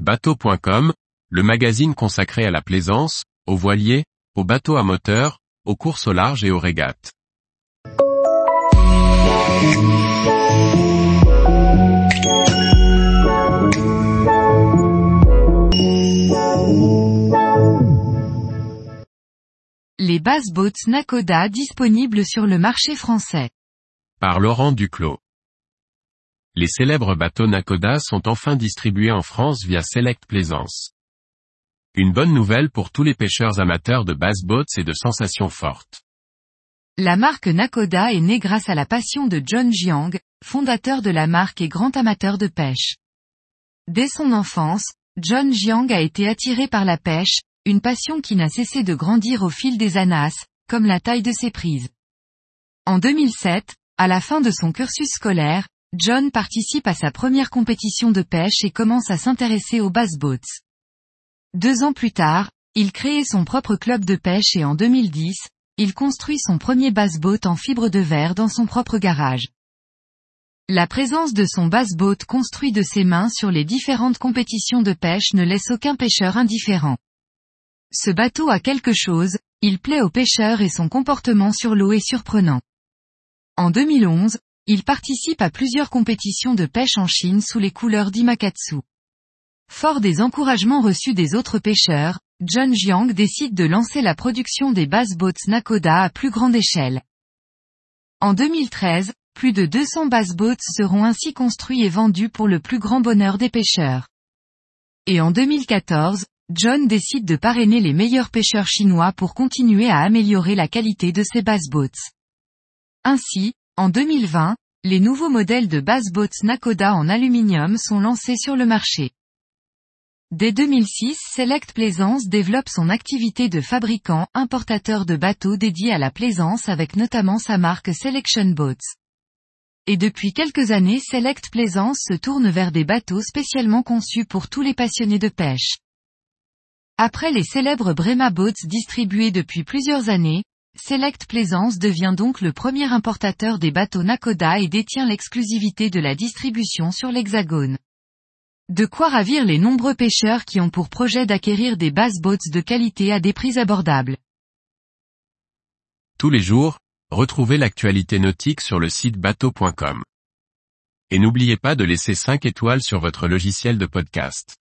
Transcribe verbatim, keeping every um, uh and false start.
Bateau point com, le magazine consacré à la plaisance, aux voiliers, aux bateaux à moteur, aux courses au large et aux régates. Les bass boats Nakoda disponibles sur le marché français. Par Laurent Duclos. Les célèbres bateaux Nakoda sont enfin distribués en France via Select Plaisance. Une bonne nouvelle pour tous les pêcheurs amateurs de bass boats et de sensations fortes. La marque Nakoda est née grâce à la passion de John Jiang, fondateur de la marque et grand amateur de pêche. Dès son enfance, John Jiang a été attiré par la pêche, une passion qui n'a cessé de grandir au fil des années, comme la taille de ses prises. En deux mille sept, à la fin de son cursus scolaire, John participe à sa première compétition de pêche et commence à s'intéresser aux bass boats. Deux ans plus tard, il crée son propre club de pêche et en deux mille dix, il construit son premier bass boat en fibre de verre dans son propre garage. La présence de son bass boat construit de ses mains sur les différentes compétitions de pêche ne laisse aucun pêcheur indifférent. Ce bateau a quelque chose, il plaît aux pêcheurs et son comportement sur l'eau est surprenant. En deux mille onze, il participe à plusieurs compétitions de pêche en Chine sous les couleurs d'Imakatsu. Fort des encouragements reçus des autres pêcheurs, John Jiang décide de lancer la production des bass boats Nakoda à plus grande échelle. En deux mille treize, plus de deux cents bass boats seront ainsi construits et vendus pour le plus grand bonheur des pêcheurs. Et en deux mille quatorze, John décide de parrainer les meilleurs pêcheurs chinois pour continuer à améliorer la qualité de ses bass boats. Ainsi, en deux mille vingt, les nouveaux modèles de bass boats Nakoda en aluminium sont lancés sur le marché. Dès deux mille six, Select Plaisance développe son activité de fabricant, importateur de bateaux dédiés à la plaisance avec notamment sa marque Selection Boats. Et depuis quelques années Select Plaisance se tourne vers des bateaux spécialement conçus pour tous les passionnés de pêche. Après les célèbres Brema Boats distribués depuis plusieurs années, Select Plaisance devient donc le premier importateur des bateaux Nakoda et détient l'exclusivité de la distribution sur l'Hexagone. De quoi ravir les nombreux pêcheurs qui ont pour projet d'acquérir des bass boats de qualité à des prix abordables. Tous les jours, retrouvez l'actualité nautique sur le site bateau point com. Et n'oubliez pas de laisser cinq étoiles sur votre logiciel de podcast.